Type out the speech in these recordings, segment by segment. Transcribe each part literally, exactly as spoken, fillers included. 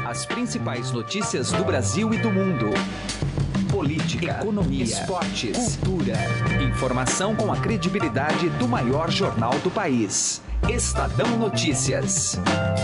As principais notícias do Brasil e do mundo. Política, economia, esportes, cultura. Informação com a credibilidade do maior jornal do país. Estadão Notícias.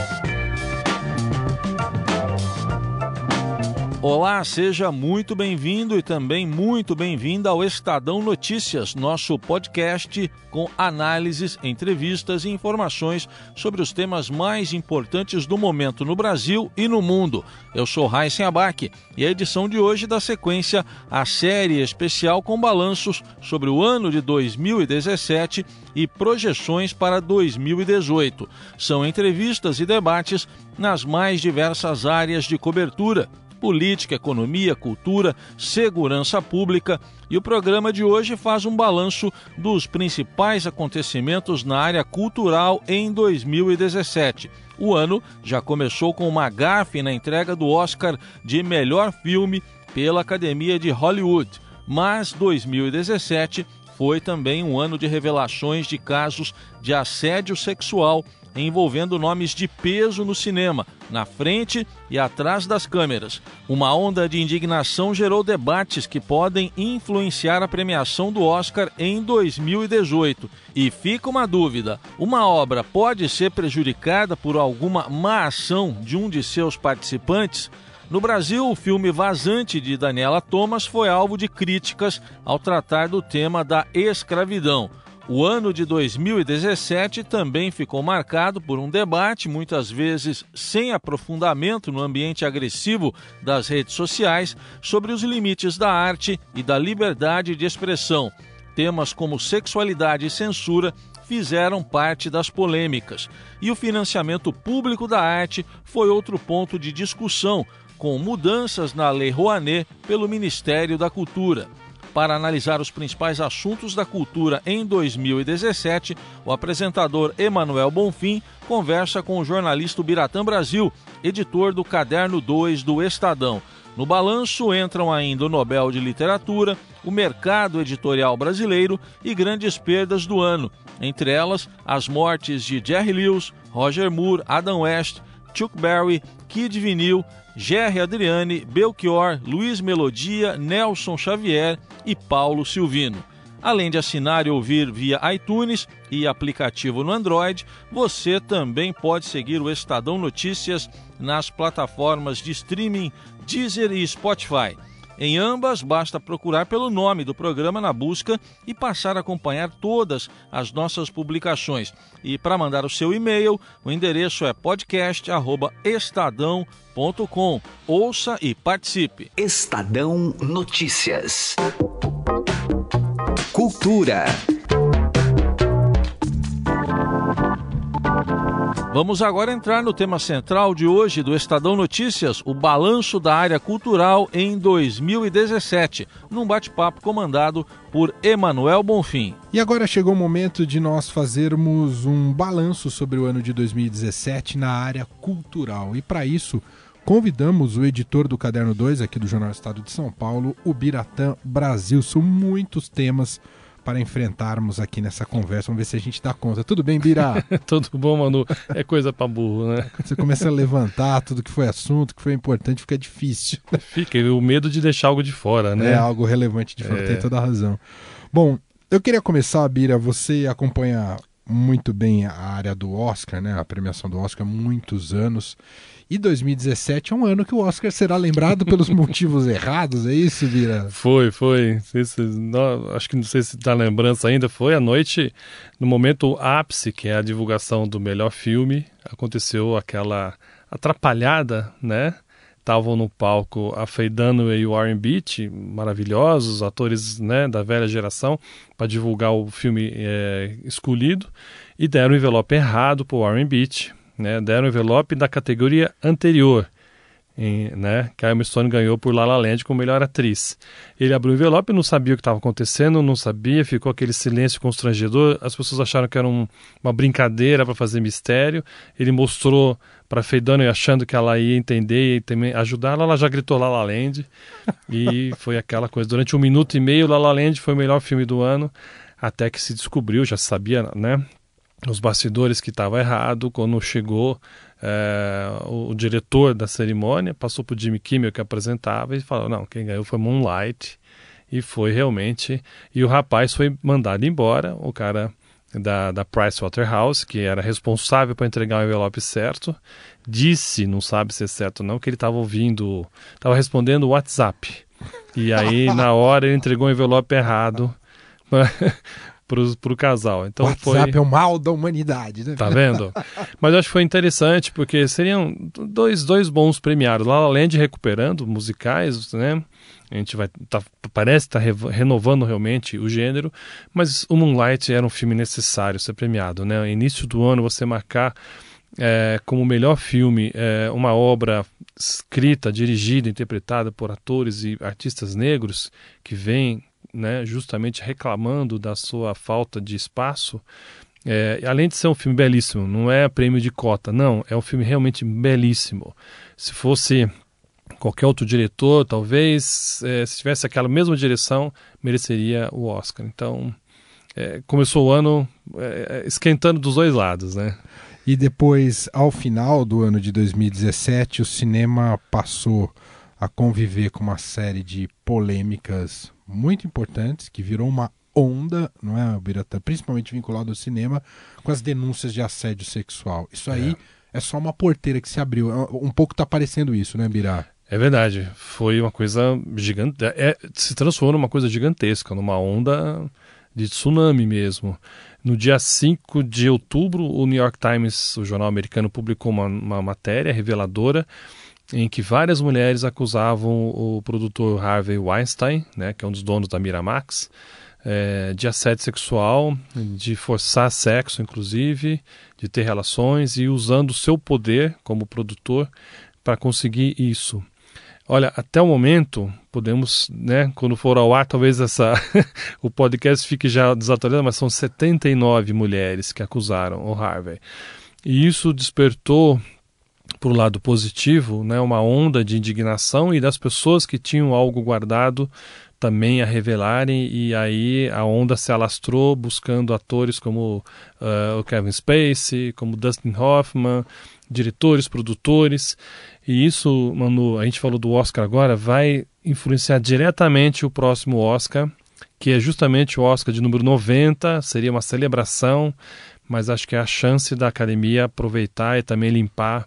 Olá, seja muito bem-vindo e também muito bem-vinda ao Estadão Notícias, nosso podcast com análises, entrevistas e informações sobre os temas mais importantes do momento no Brasil e no mundo. Eu sou Raíssen Abac e a edição de hoje dá sequência à série especial com balanços sobre o ano de dois mil e dezessete e projeções para dois mil e dezoito. São entrevistas e debates nas mais diversas áreas de cobertura: política, economia, cultura, segurança pública, e o programa de hoje faz um balanço dos principais acontecimentos na área cultural em dois mil e dezessete. O ano já começou com uma gafe na entrega do Oscar de melhor filme pela Academia de Hollywood, mas dois mil e dezessete foi também um ano de revelações de casos de assédio sexual envolvendo nomes de peso no cinema, na frente e atrás das câmeras. Uma onda de indignação gerou debates que podem influenciar a premiação do Oscar em dois mil e dezoito. E fica uma dúvida: uma obra pode ser prejudicada por alguma má ação de um de seus participantes? No Brasil, o filme Vazante, de Daniela Thomas, foi alvo de críticas ao tratar do tema da escravidão. O ano de dois mil e dezessete também ficou marcado por um debate, muitas vezes sem aprofundamento no ambiente agressivo das redes sociais, sobre os limites da arte e da liberdade de expressão. Temas como sexualidade e censura fizeram parte das polêmicas. E o financiamento público da arte foi outro ponto de discussão, com mudanças na Lei Rouanet pelo Ministério da Cultura. Para analisar os principais assuntos da cultura em dois mil e dezessete, o apresentador Emanuel Bonfim conversa com o jornalista Biratã Brasil, editor do Caderno dois do Estadão. No balanço entram ainda o Nobel de Literatura, o mercado editorial brasileiro e grandes perdas do ano, entre elas as mortes de Jerry Lewis, Roger Moore, Adam West, Chuck Berry, Kid Vinil, Gerry Adriane, Belchior, Luiz Melodia, Nelson Xavier e Paulo Silvino. Além de assinar e ouvir via iTunes e aplicativo no Android, você também pode seguir o Estadão Notícias nas plataformas de streaming Deezer e Spotify. Em ambas, basta procurar pelo nome do programa na busca e passar a acompanhar todas as nossas publicações. E para mandar o seu e-mail, o endereço é podcast arroba estadão ponto com. Ouça e participe. Estadão Notícias. Cultura. Vamos agora entrar no tema central de hoje do Estadão Notícias, o balanço da área cultural em dois mil e dezessete, num bate-papo comandado por Emanuel Bonfim. E agora chegou o momento de nós fazermos um balanço sobre o ano de dois mil e dezessete na área cultural. E para isso, convidamos o editor do Caderno dois, aqui do Jornal Estado de São Paulo, o Biratã Brasil. São muitos temas para enfrentarmos aqui nessa conversa. Vamos ver se a gente dá conta. Tudo bem, Birá? Tudo bom, Manu? É coisa pra burro, né? Quando você começa a levantar tudo que foi assunto, que foi importante, fica difícil. Fica, o medo de deixar algo de fora, né? É, algo relevante de fora, é. Tem toda a razão. Bom, eu queria começar, Bira, você acompanha muito bem a área do Oscar, né? A premiação do Oscar há muitos anos. E dois mil e dezessete é um ano que o Oscar será lembrado pelos motivos errados, é isso, Bira? Foi, foi. Se, se, não, acho que não sei se dá lembrança ainda, foi a noite, no momento ápice, que é a divulgação do melhor filme, aconteceu aquela atrapalhada, né? Estavam no palco a Faye Dunaway e o Warren Beatty, maravilhosos, atores, né, da velha geração, para divulgar o filme é, escolhido, e deram o envelope errado para o Warren Beatty. Né, deram o envelope da categoria anterior, em, né, que a Emma Stone ganhou por La La Land como melhor atriz. Ele abriu o envelope, não sabia o que estava acontecendo, não sabia, ficou aquele silêncio constrangedor, as pessoas acharam que era um, uma brincadeira para fazer mistério. Ele mostrou para Faye Dunaway achando que ela ia entender e também ajudar, ela já gritou La La Land, e foi aquela coisa. Durante um minuto e meio, La La Land foi o melhor filme do ano, até que se descobriu, já sabia, né, os bastidores, que estava errado. Quando chegou é, o, o diretor da cerimônia passou para o Jimmy Kimmel, que apresentava, e falou, não, quem ganhou foi Moonlight, e foi realmente, e o rapaz foi mandado embora, o cara da, da Pricewaterhouse, que era responsável para entregar o envelope certo, disse, não sabe se é certo ou não, que ele estava ouvindo, estava respondendo o WhatsApp, e aí na hora ele entregou o envelope errado para o casal. Então, o WhatsApp foi... é o mal da humanidade, né? Tá vendo? Mas eu acho que foi interessante, porque seriam dois, dois bons premiados. La La Land recuperando musicais, né? A gente vai, tá, parece estar tá renovando realmente o gênero, mas o Moonlight era um filme necessário ser premiado, né? No início do ano você marcar é, como melhor filme é, uma obra escrita, dirigida, interpretada por atores e artistas negros que vêm, né, justamente reclamando da sua falta de espaço, é, além de ser um filme belíssimo, não é prêmio de cota, não, é um filme realmente belíssimo. Se fosse qualquer outro diretor, talvez, é, se tivesse aquela mesma direção, mereceria o Oscar. Então, é, começou o ano é, esquentando dos dois lados, né? E depois, ao final do ano de dois mil e dezessete, o cinema passou a conviver com uma série de polêmicas muito importantes, que virou uma onda, não é, Biratã? Principalmente vinculado ao cinema, com as denúncias de assédio sexual. Isso aí é, é só uma porteira que se abriu. Um pouco está parecendo isso, né, Birá? É verdade. Foi uma coisa gigante. É, se transformou numa coisa gigantesca, numa onda de tsunami mesmo. No dia cinco de outubro, o New York Times, o jornal americano, publicou uma, uma matéria reveladora em que várias mulheres acusavam o produtor Harvey Weinstein, né, que é um dos donos da Miramax, é, de assédio sexual, de forçar sexo, inclusive, de ter relações e usando o seu poder como produtor para conseguir isso. Olha, até o momento, podemos, né, quando for ao ar, talvez essa, o podcast fique já desatualizado, mas são setenta e nove mulheres que acusaram o Harvey. E isso despertou, por um lado positivo, né, uma onda de indignação e das pessoas que tinham algo guardado também a revelarem, e aí a onda se alastrou buscando atores como uh, o Kevin Spacey, como Dustin Hoffman, diretores, produtores, e isso, Manu, a gente falou do Oscar agora, vai influenciar diretamente o próximo Oscar, que é justamente o Oscar de número noventa, seria uma celebração, mas acho que é a chance da academia aproveitar e também limpar,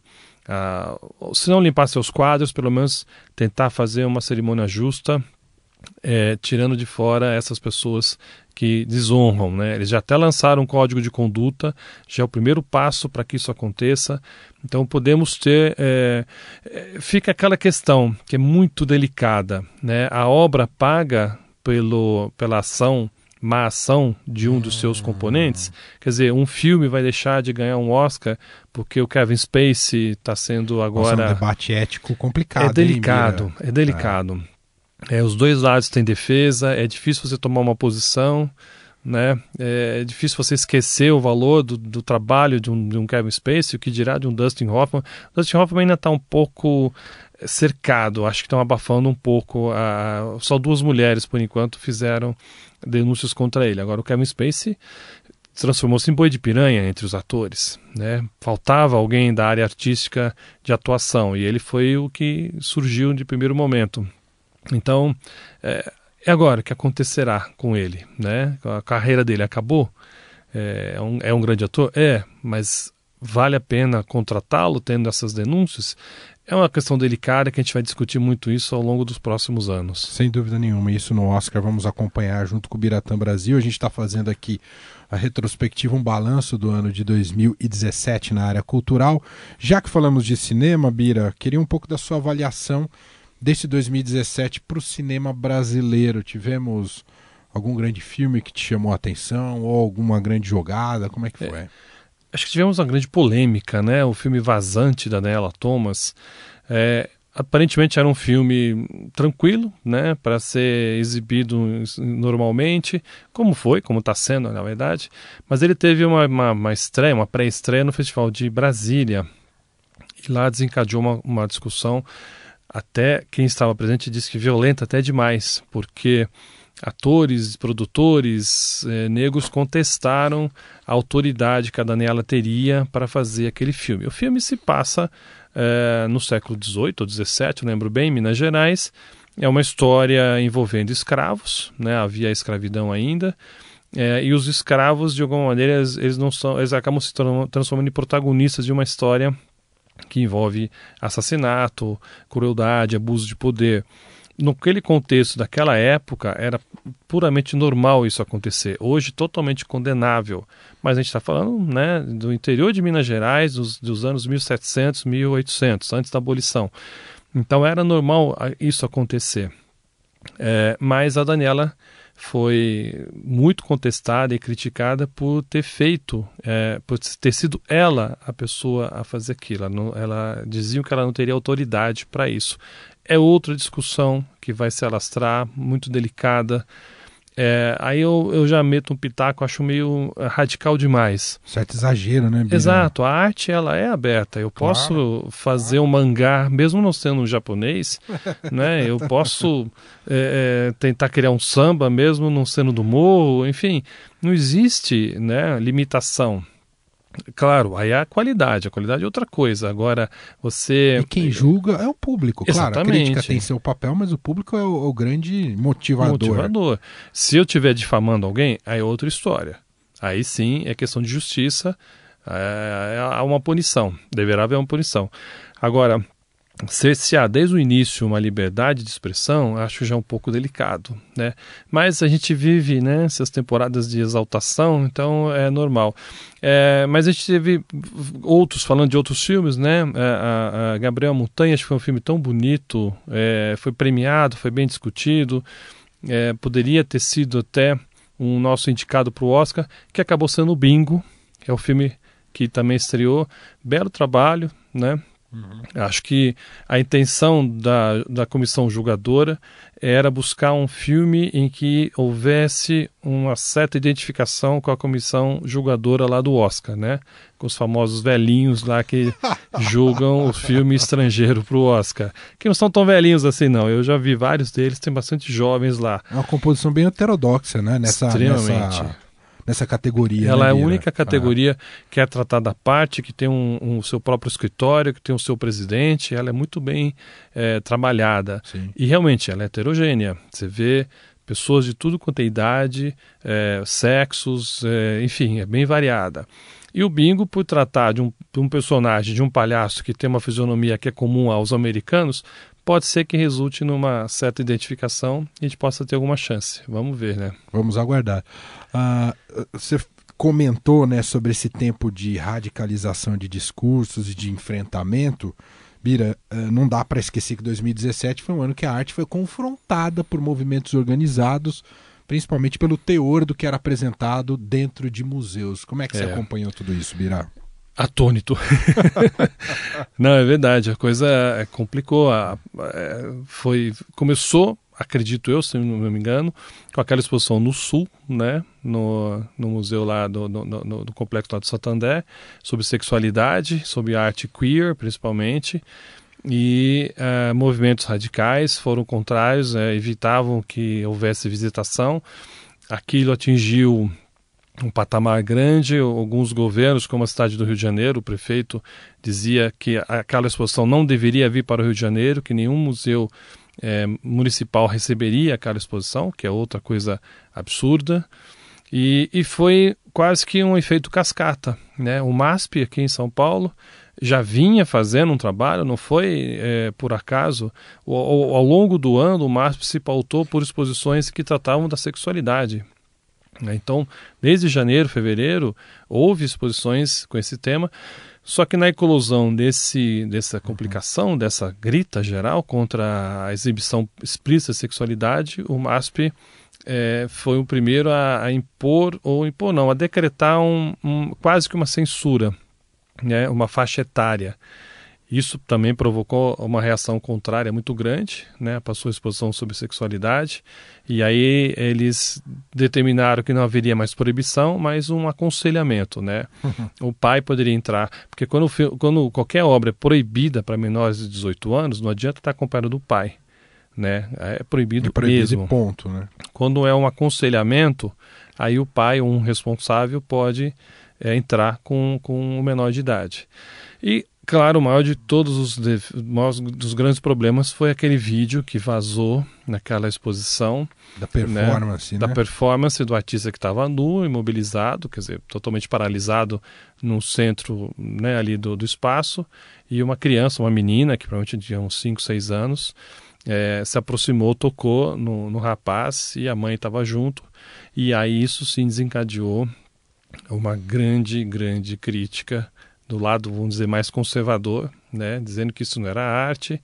uh, se não limpar seus quadros, pelo menos tentar fazer uma cerimônia justa, é, tirando de fora essas pessoas que desonram, né? Eles já até lançaram um código de conduta, já é o primeiro passo para que isso aconteça. Então podemos ter, é, é, fica aquela questão que é muito delicada, né? A obra paga pelo, pela ação, má ação de um dos seus componentes, quer dizer, um filme vai deixar de ganhar um Oscar porque o Kevin Spacey está sendo agora... Nossa, é um debate ético complicado. É delicado, hein, é delicado. É, os dois lados têm defesa, é difícil você tomar uma posição, né? É difícil você esquecer o valor do, do trabalho de um, de um Kevin Spacey, o que dirá de um Dustin Hoffman. O Dustin Hoffman ainda está um pouco cercado, acho que estão abafando um pouco. A... Só duas mulheres, por enquanto, fizeram denúncias contra ele. Agora o Kevin Spacey transformou-se em boi de piranha entre os atores, né? Faltava alguém da área artística de atuação, e ele foi o que surgiu de primeiro momento. Então, é, é agora que acontecerá com ele, né? A carreira dele acabou, é, é, um, é um grande ator? É, mas vale a pena contratá-lo tendo essas denúncias? É uma questão delicada que a gente vai discutir muito isso ao longo dos próximos anos. Sem dúvida nenhuma, isso no Oscar vamos acompanhar junto com o Biratã Brasil. A gente está fazendo aqui a retrospectiva, um balanço do ano de dois mil e dezessete na área cultural. Já que falamos de cinema, Bira, queria um pouco da sua avaliação desse dois mil e dezessete para o cinema brasileiro. Tivemos algum grande filme que te chamou a atenção ou alguma grande jogada? Como é que foi? É, acho que tivemos uma grande polêmica, né? O filme Vazante, da Daniela Thomas. É, aparentemente era um filme tranquilo, né? Para ser exibido normalmente, como foi, como está sendo, na verdade. Mas ele teve uma, uma, uma estreia, uma pré-estreia no Festival de Brasília. E lá desencadeou uma, uma discussão. Até quem estava presente disse que violenta até demais, porque atores, produtores eh, negros contestaram a autoridade que a Daniela teria para fazer aquele filme. O filme se passa eh, no século dezoito ou dezessete, eu lembro bem, em Minas Gerais. É uma história envolvendo escravos, né? Havia escravidão ainda, eh, e os escravos, de alguma maneira, eles, eles, não são, eles acabam se transformando em protagonistas de uma história que envolve assassinato, crueldade, abuso de poder. Naquele contexto daquela época, era puramente normal isso acontecer. Hoje, totalmente condenável. Mas a gente está falando, né, do interior de Minas Gerais, dos, dos anos mil e setecentos, mil e oitocentos, antes da abolição. Então, era normal isso acontecer. É, mas a Daniela foi muito contestada e criticada por ter feito, é, por ter sido ela a pessoa a fazer aquilo. Ela, não, ela diziam que ela não teria autoridade para isso. É outra discussão que vai se alastrar, muito delicada. É, aí eu, eu já meto um pitaco, acho meio radical demais. Certo exagero, né, Bira? Exato, a arte ela é aberta. Eu claro, posso fazer claro. um mangá, mesmo não sendo um japonês, né? Eu posso é, é, tentar criar um samba, mesmo não sendo do morro. Enfim, não existe, né, limitação. Claro, aí é a qualidade, a qualidade é outra coisa. Agora, você... E quem julga é o público, claro. Exatamente. A crítica tem seu papel, mas o público é o, o grande motivador. Motivador. Se eu estiver difamando alguém, aí é outra história. Aí sim é questão de justiça, é, é uma punição, deverá haver uma punição. Agora, se, se há desde o início uma liberdade de expressão, acho já um pouco delicado, né? Mas a gente vive, né, essas temporadas de exaltação, então é normal. É, mas a gente teve outros, falando de outros filmes, né? A, a Gabriel Montanha, acho que foi um filme tão bonito, é, foi premiado, foi bem discutido, é, poderia ter sido até um nosso indicado para o Oscar, que acabou sendo o Bingo, que é o filme que também estreou. Belo trabalho, né? Uhum. Acho que a intenção da, da comissão julgadora era buscar um filme em que houvesse uma certa identificação com a comissão julgadora lá do Oscar, né? Com os famosos velhinhos lá que julgam o filme estrangeiro para o Oscar. Que não são tão velhinhos assim, não. Eu já vi vários deles, tem bastante jovens lá. É uma composição bem heterodoxa, né? Nessa, Extremamente. Nessa... Nessa categoria. Ela né, é a Bira? única categoria ah. que é tratada à parte, que tem um, um seu próprio escritório, que tem o seu presidente. Ela é muito bem é, trabalhada. Sim. E realmente ela é heterogênea. Você vê pessoas de tudo quanto é idade, é, sexos, é, enfim, é bem variada. E o Bingo, por tratar de um, de um personagem, de um palhaço que tem uma fisionomia que é comum aos americanos, pode ser que resulte numa certa identificação e a gente possa ter alguma chance. Vamos ver, né? Vamos aguardar. Uh, você comentou, né, sobre esse tempo de radicalização de discursos e de enfrentamento. Bira, uh, não dá para esquecer que dois mil e dezessete foi um ano que a arte foi confrontada por movimentos organizados, principalmente pelo teor do que era apresentado dentro de museus. Como é que é. você acompanhou tudo isso, Bira? Atônito. Não, é verdade, a coisa complicou. A, a, foi, começou, acredito eu, se não me engano, com aquela exposição no Sul, né, no, no museu lá do, no, no, do complexo lá de Santander, sobre sexualidade, sobre arte queer, principalmente, e uh, movimentos radicais foram contrários, uh, evitavam que houvesse visitação. Aquilo atingiu um patamar grande. Alguns governos, como a cidade do Rio de Janeiro, o prefeito dizia que aquela exposição não deveria vir para o Rio de Janeiro, que nenhum museu é, municipal receberia aquela exposição, que é outra coisa absurda. E, e foi quase que um efeito cascata, né? O MASP, aqui em São Paulo, já vinha fazendo um trabalho, não foi é, por acaso. O, ao, ao longo do ano, o MASP se pautou por exposições que tratavam da sexualidade. Então, desde janeiro, fevereiro, houve exposições com esse tema, só que na eclosão desse, dessa complicação, dessa grita geral contra a exibição explícita de sexualidade, o MASP é, foi o primeiro a, a impor, ou impor não, a decretar um, um, quase que uma censura, né, uma faixa etária. Isso também provocou uma reação contrária muito grande, né? Passou a exposição sobre sexualidade, e aí eles determinaram que não haveria mais proibição, mas um aconselhamento, né? Uhum. O pai poderia entrar, porque quando, quando qualquer obra é proibida para menores de dezoito anos, não adianta estar acompanhado do pai, né? É proibido, é proibido mesmo. Ponto, né? Quando é um aconselhamento, aí o pai ou um responsável pode é, entrar com, com o menor de idade. E, claro, o maior de todos os de, maior dos grandes problemas foi aquele vídeo que vazou naquela exposição. Da performance, né? né? Da performance do artista que estava nu, imobilizado, quer dizer, totalmente paralisado no centro, né, ali do, do espaço, e uma criança, uma menina, que provavelmente tinha uns cinco, seis anos, é, se aproximou, tocou no, no rapaz, e a mãe estava junto, e aí isso sim desencadeou uma grande, grande crítica do lado, vamos dizer, mais conservador, né, dizendo que isso não era arte.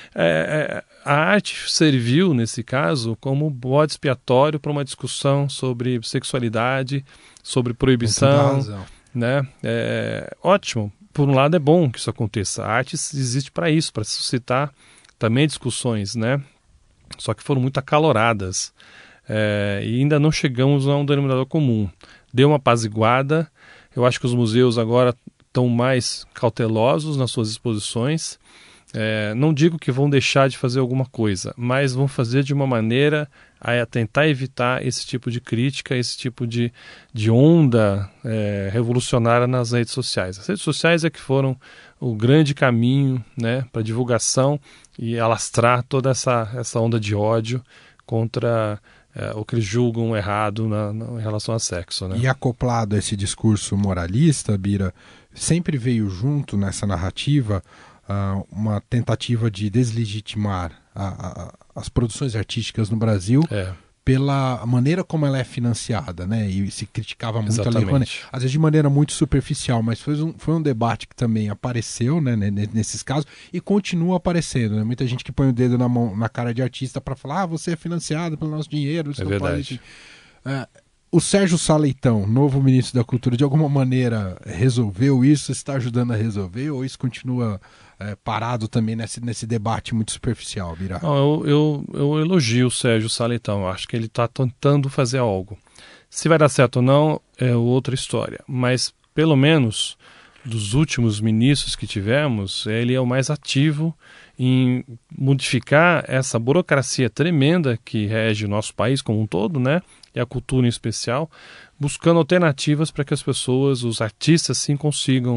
É, é, a arte serviu, nesse caso, como bode expiatório para uma discussão sobre sexualidade, sobre proibição. Né? É, ótimo. Por um lado é bom que isso aconteça. A arte existe para isso, para suscitar também discussões, né? Só que foram muito acaloradas. É, e ainda não chegamos a um denominador comum. Deu uma apaziguada. Eu acho que os museus agora estão mais cautelosos nas suas exposições. É, não digo que vão deixar de fazer alguma coisa, mas vão fazer de uma maneira a tentar evitar esse tipo de crítica, esse tipo de, de onda é, revolucionária nas redes sociais. As redes sociais é que foram o grande caminho, né, para divulgação e alastrar toda essa, essa onda de ódio contra é, o que eles julgam errado na, na, em relação a sexo. Né? E acoplado a esse discurso moralista, Bira, sempre veio junto nessa narrativa uh, uma tentativa de deslegitimar a, a, as produções artísticas no Brasil é. pela maneira como ela é financiada, né? E se criticava muito a Lei Rouanet, às vezes de maneira muito superficial, mas foi um, foi um debate que também apareceu, né, nesses casos e continua aparecendo, né? Muita gente que põe o dedo na, mão, na cara de artista para falar, ah, você é financiado pelo nosso dinheiro, isso é não verdade. pode... Uh, O Sérgio Sá Leitão, novo ministro da Cultura, de alguma maneira resolveu isso, está ajudando a resolver, ou isso continua é, parado também nesse, nesse debate muito superficial, Bira? Não, eu, eu, eu elogio o Sérgio Sá Leitão, acho que ele está tentando fazer algo. Se vai dar certo ou não é outra história, mas pelo menos dos últimos ministros que tivemos, ele é o mais ativo em modificar essa burocracia tremenda que rege o nosso país como um todo, né? E a cultura em especial, buscando alternativas para que as pessoas, os artistas, sim, consigam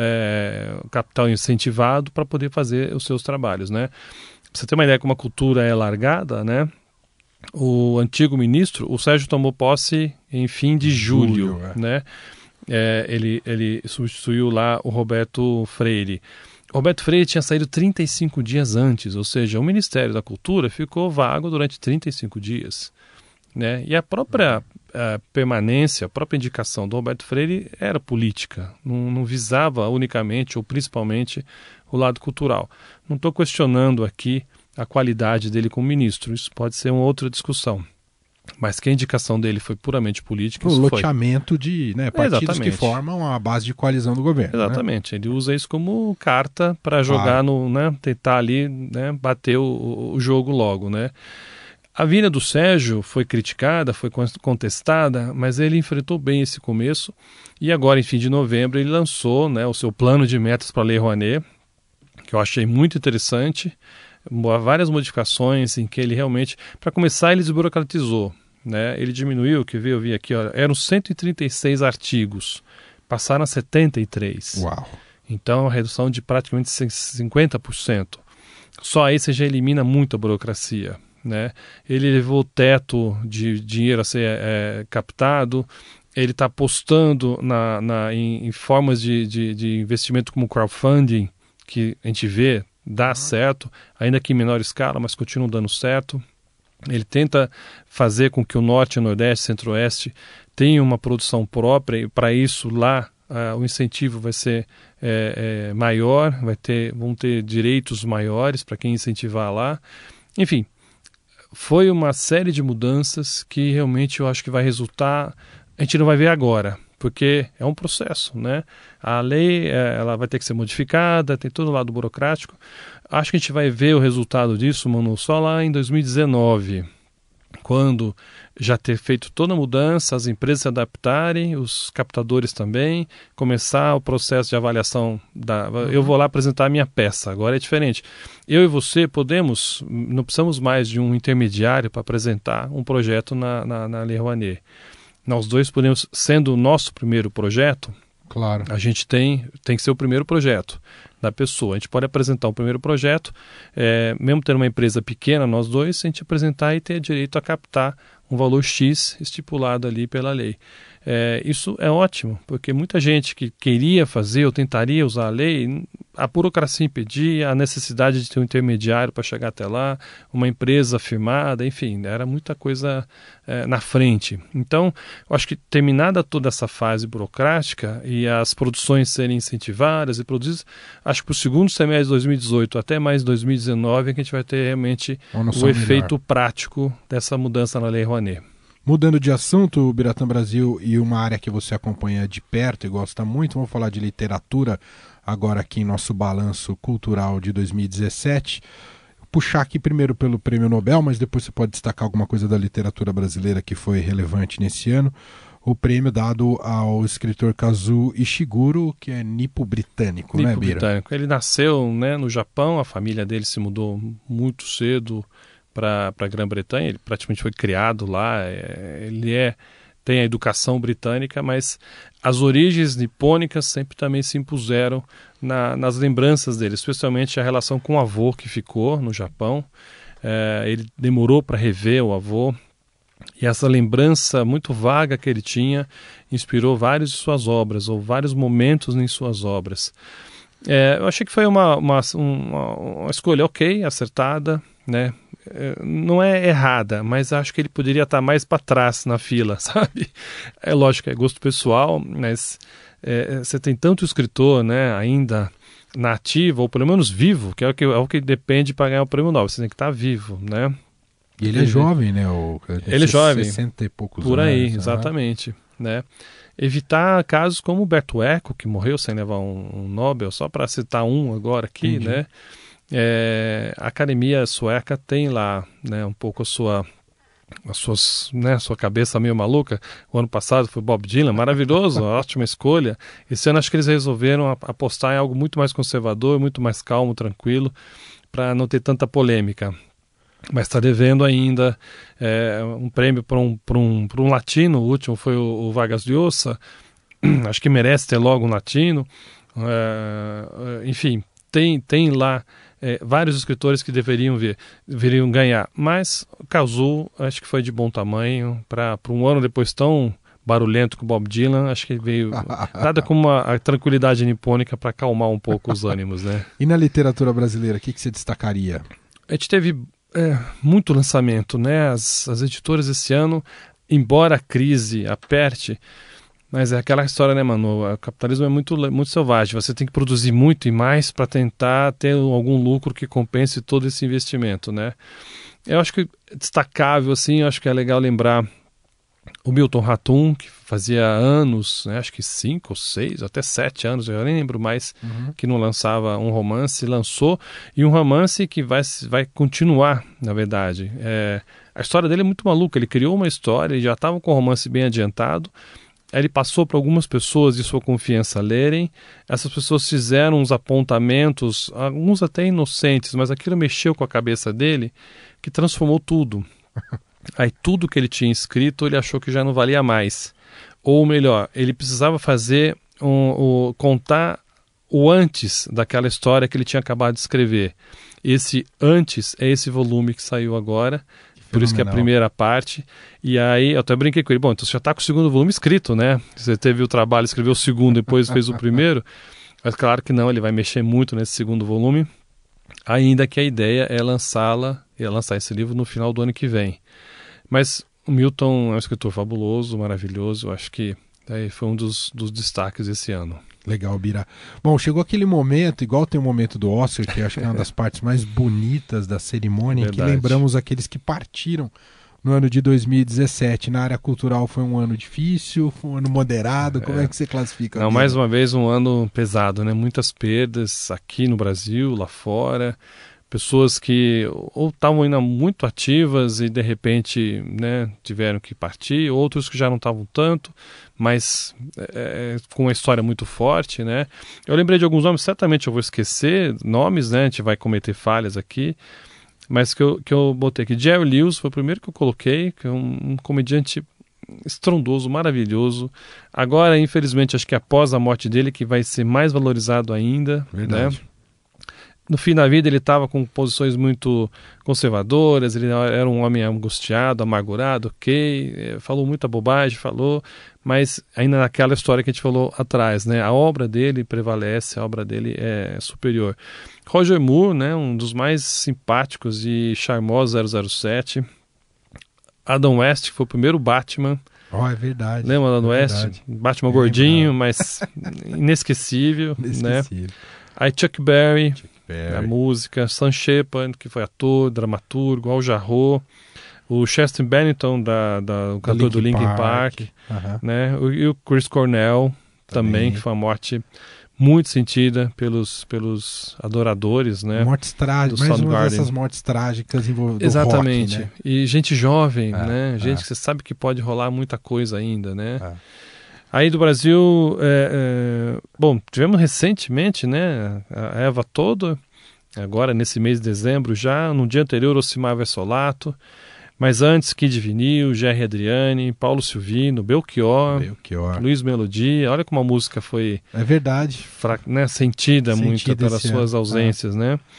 é, capital incentivado para poder fazer os seus trabalhos, né? Pra você ter uma ideia como a cultura é largada, né? O antigo ministro, o Sérgio tomou posse em fim de julho, julho é. né? É, ele, ele substituiu lá o Roberto Freire. O Roberto Freire tinha saído trinta e cinco dias antes, ou seja, o Ministério da Cultura ficou vago durante trinta e cinco dias. Né? E a própria a permanência, a própria indicação do Roberto Freire era política, não, não visava unicamente ou principalmente o lado cultural. Não estou questionando aqui a qualidade dele como ministro, isso pode ser uma outra discussão. Mas que a indicação dele foi puramente política, o isso loteamento foi. de né, partidos Exatamente. que formam a base de coalizão do governo. Exatamente, né? Ele usa isso como carta para jogar, claro. no, né, tentar ali, né, bater o, o jogo logo, né? A vinda do Sérgio foi criticada, foi contestada, mas ele enfrentou bem esse começo e agora, em fim de novembro, ele lançou, né, o seu plano de metas para a Lei Rouanet, que eu achei muito interessante, várias modificações em que ele realmente, para começar, ele desburocratizou, né? Ele diminuiu, que eu vi aqui, ó, eram cento e trinta e seis artigos, passaram a setenta e três. Uau! Então, uma redução de praticamente cinquenta por cento. Só aí você já elimina muita burocracia. Né? Ele levou o teto de dinheiro a ser é, captado, ele está apostando na, na, em, em formas de, de, de investimento como crowdfunding, que a gente vê, dá uhum. certo, ainda que em menor escala, mas continua dando certo. Ele tenta fazer com que o Norte, o Nordeste, o Centro-Oeste tenham uma produção própria, e para isso lá uh, o incentivo vai ser é, é, maior, vai ter, vão ter direitos maiores para quem incentivar lá. Enfim, foi uma série de mudanças que realmente eu acho que vai resultar, a gente não vai ver agora, porque é um processo, né? A lei ela vai ter que ser modificada, tem todo o lado burocrático. Acho que a gente vai ver o resultado disso, Manu, só lá em dois mil e dezenove, quando já ter feito toda a mudança, as empresas se adaptarem, os captadores também, começar o processo de avaliação. Da, uhum. Eu vou lá apresentar a minha peça, agora é diferente. Eu e você podemos, não precisamos mais de um intermediário para apresentar um projeto na, na, na Lei Rouanet. Nós dois podemos, sendo o nosso primeiro projeto, claro. A gente tem, tem que ser o primeiro projeto da pessoa. A gente pode apresentar um primeiro projeto, é, mesmo tendo uma empresa pequena, nós dois, a gente apresentar e ter direito a captar um valor X estipulado ali pela lei. É, isso é ótimo, porque muita gente que queria fazer ou tentaria usar a lei, a burocracia impedia, a necessidade de ter um intermediário para chegar até lá, uma empresa firmada, enfim, era muita coisa é, na frente. Então, eu acho que terminada toda essa fase burocrática e as produções serem incentivadas e produzidas, acho que para o segundo semestre de dois mil e dezoito até mais dois mil e dezenove é que a gente vai ter realmente o efeito melhor. prático dessa mudança na Lei Rouanet. Mudando de assunto, Biratã Brasil, e uma área que você acompanha de perto e gosta muito, vamos falar de literatura agora aqui em nosso balanço cultural de dois mil e dezessete. Puxar aqui primeiro pelo Prêmio Nobel, mas depois você pode destacar alguma coisa da literatura brasileira que foi relevante nesse ano. O prêmio dado ao escritor Kazuo Ishiguro, que é nipo-britânico, né, Bira? Nipo-britânico. Ele nasceu, né, no Japão, a família dele se mudou muito cedo para a Grã-Bretanha, ele praticamente foi criado lá, é, ele é, tem a educação britânica, mas as origens nipônicas sempre também se impuseram na, nas lembranças dele, especialmente a relação com o avô que ficou no Japão. É, ele demorou para rever o avô, e essa lembrança muito vaga que ele tinha inspirou várias de suas obras, ou vários momentos em suas obras. É, eu achei que foi uma, uma, uma, uma escolha ok, acertada, né? Não é errada, mas acho que ele poderia estar mais para trás na fila, sabe? É lógico, é gosto pessoal, mas é, você tem tanto escritor, né, ainda na ativa, ou pelo menos vivo, que é o que, é o que depende para ganhar o prêmio Nobel, você tem que estar vivo, né? E ele é jovem, né? O, ele é jovem, sessenta e poucos por aí, anos, exatamente, né? Evitar casos como o Humberto Eco, que morreu sem levar um, um Nobel, só para citar um agora aqui, Entendi. né? É, a academia sueca tem lá, né, um pouco a sua, a suas, né, a sua cabeça meio maluca. O ano passado foi Bob Dylan, maravilhoso, ótima escolha. Esse ano acho que eles resolveram apostar em algo muito mais conservador, muito mais calmo, tranquilo, para não ter tanta polêmica. Mas está devendo ainda é, um prêmio para um, para um, para um latino. O último foi o, o Vargas Llosa, acho que merece ter logo um latino. É, enfim, tem, tem lá É, vários escritores que deveriam ver, deveriam ganhar, mas Kazuo acho que foi de bom tamanho para um ano depois tão barulhento com Bob Dylan, acho que ele veio nada como a, a tranquilidade nipônica para acalmar um pouco os ânimos, né? E na literatura brasileira, o que, que você destacaria? A gente teve é, muito lançamento, né? As, as editoras esse ano, embora a crise aperte, mas é aquela história, né, mano? O capitalismo é muito, muito selvagem. Você tem que produzir muito e mais para tentar ter algum lucro que compense todo esse investimento, né? Eu acho que destacável, assim, eu acho que é legal lembrar o Milton Ratum, que fazia anos, né, acho que cinco ou seis, até sete anos, eu já nem lembro mais, uhum. que não lançava um romance, lançou, e um romance que vai, vai continuar, na verdade. É, a história dele é muito maluca, ele criou uma história, ele já estava com o romance bem adiantado. Aí ele passou para algumas pessoas de sua confiança lerem, essas pessoas fizeram uns apontamentos, alguns até inocentes, mas aquilo mexeu com a cabeça dele, que transformou tudo. Aí tudo que ele tinha escrito ele achou que já não valia mais. Ou melhor, ele precisava fazer, um, um, contar o antes daquela história que ele tinha acabado de escrever. Esse antes é esse volume que saiu agora. Por isso que é a primeira parte. E aí, eu até brinquei com ele. Bom, então você já está com o segundo volume escrito, né? Você teve o trabalho, escreveu o segundo, depois fez o primeiro. Mas claro que não, ele vai mexer muito nesse segundo volume. Ainda que a ideia é lançá-la, é lançar esse livro no final do ano que vem. Mas o Milton é um escritor fabuloso, maravilhoso. Eu acho que aí foi um dos, dos destaques esse ano. Legal, Bira. Bom, chegou aquele momento, igual tem o momento do Oscar, que acho que é uma das partes mais bonitas da cerimônia, em que lembramos aqueles que partiram no ano de dois mil e dezessete. Na área cultural foi um ano difícil, foi um ano moderado, como é, é que você classifica? Não, mais uma vez um ano pesado, né? Muitas perdas aqui no Brasil, lá fora, pessoas que ou estavam ainda muito ativas e de repente, né, tiveram que partir, outros que já não estavam tanto, mas é, com uma história muito forte, né? Eu lembrei de alguns nomes, certamente eu vou esquecer nomes, né? A gente vai cometer falhas aqui, mas que eu, que eu botei aqui. Jerry Lewis foi o primeiro que eu coloquei, que é um, um comediante estrondoso, maravilhoso. Agora, infelizmente, acho que após a morte dele que vai ser mais valorizado ainda. Verdade. Né? No fim da vida ele estava com posições muito conservadoras, ele era um homem angustiado, amargurado, ok, falou muita bobagem, falou, mas ainda naquela história que a gente falou atrás, né? A obra dele prevalece, a obra dele é superior. Roger Moore, né? Um dos mais simpáticos e charmosos zero zero sete. Adam West, que foi o primeiro Batman. Oh, é verdade. Lembra do Adam é West? Verdade. Batman é gordinho, mas inesquecível. Inesquecível. Né? Aí Chuck Berry, Chuck Berry, a música, Sam Shepard, que foi ator, dramaturgo, Al Jarreau, o Chester Bennington, da, da, o cantor do Linkin Park, Park uh-huh. né? o, e o Chris Cornell também, também, que foi uma morte muito sentida pelos, pelos adoradores, né? Mortes trágicas, mais uma dessas mortes trágicas envolvendo Exatamente. Rock, né? E gente jovem, é, né? Gente é. que você sabe que pode rolar muita coisa ainda, né? É. Aí do Brasil, é, é, bom, tivemos recentemente, né? A Eva Toda, agora nesse mês de dezembro já, no dia anterior, Ocimar Versolato. Mas antes, Kid Vinil, Jerry Adriani, Paulo Silvino, Belchior, Belchior, Luiz Melodia. Olha como a música foi... É verdade. Fra... Né, sentida, sentida muito pelas suas ano. ausências, é. né?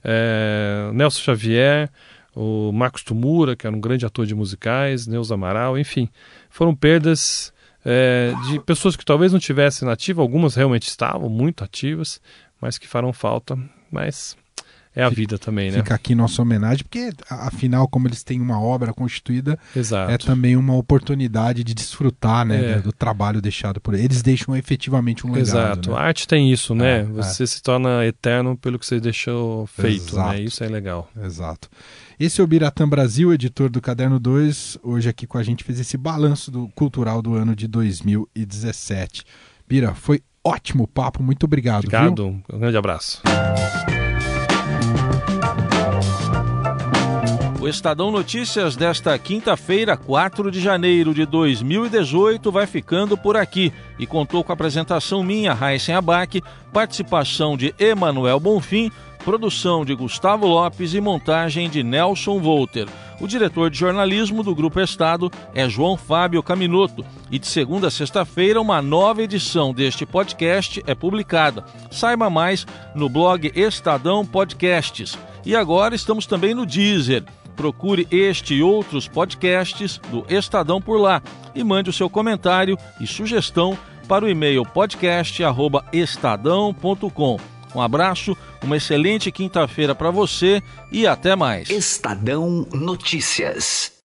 É, Nelson Xavier, o Marcos Tumura, que era um grande ator de musicais, Neuza Amaral, enfim. Foram perdas é, de pessoas que talvez não tivessem nativa, algumas realmente estavam muito ativas, mas que farão falta, mas... É a vida também, né? Fica aqui nossa homenagem, porque afinal, como eles têm uma obra constituída, Exato. é também uma oportunidade de desfrutar, né, é. do trabalho deixado por eles. Eles deixam efetivamente um legado. Exato. Né? A arte tem isso, né? É, você é. se torna eterno pelo que você deixou feito, Exato. né? Isso é legal. Exato. Esse é o Biratã Brasil, editor do Caderno dois. Hoje aqui com a gente fez esse balanço do cultural do ano de dois mil e dezessete. Bira, foi ótimo o papo. Muito obrigado. Obrigado. Viu? Um grande abraço. O Estadão Notícias desta quinta-feira, quatro de janeiro de dois mil e dezoito, vai ficando por aqui e contou com a apresentação minha, Raíssen Abac, participação de Emanuel Bonfim, produção de Gustavo Lopes e montagem de Nelson Volter. O diretor de jornalismo do Grupo Estado é João Fábio Caminoto e de segunda a sexta-feira uma nova edição deste podcast é publicada. Saiba mais no blog Estadão Podcasts. E agora estamos também no Deezer. Procure este e outros podcasts do Estadão por lá e mande o seu comentário e sugestão para o e-mail podcast arroba estadão ponto com. Um abraço, uma excelente quinta-feira para você e até mais. Estadão Notícias.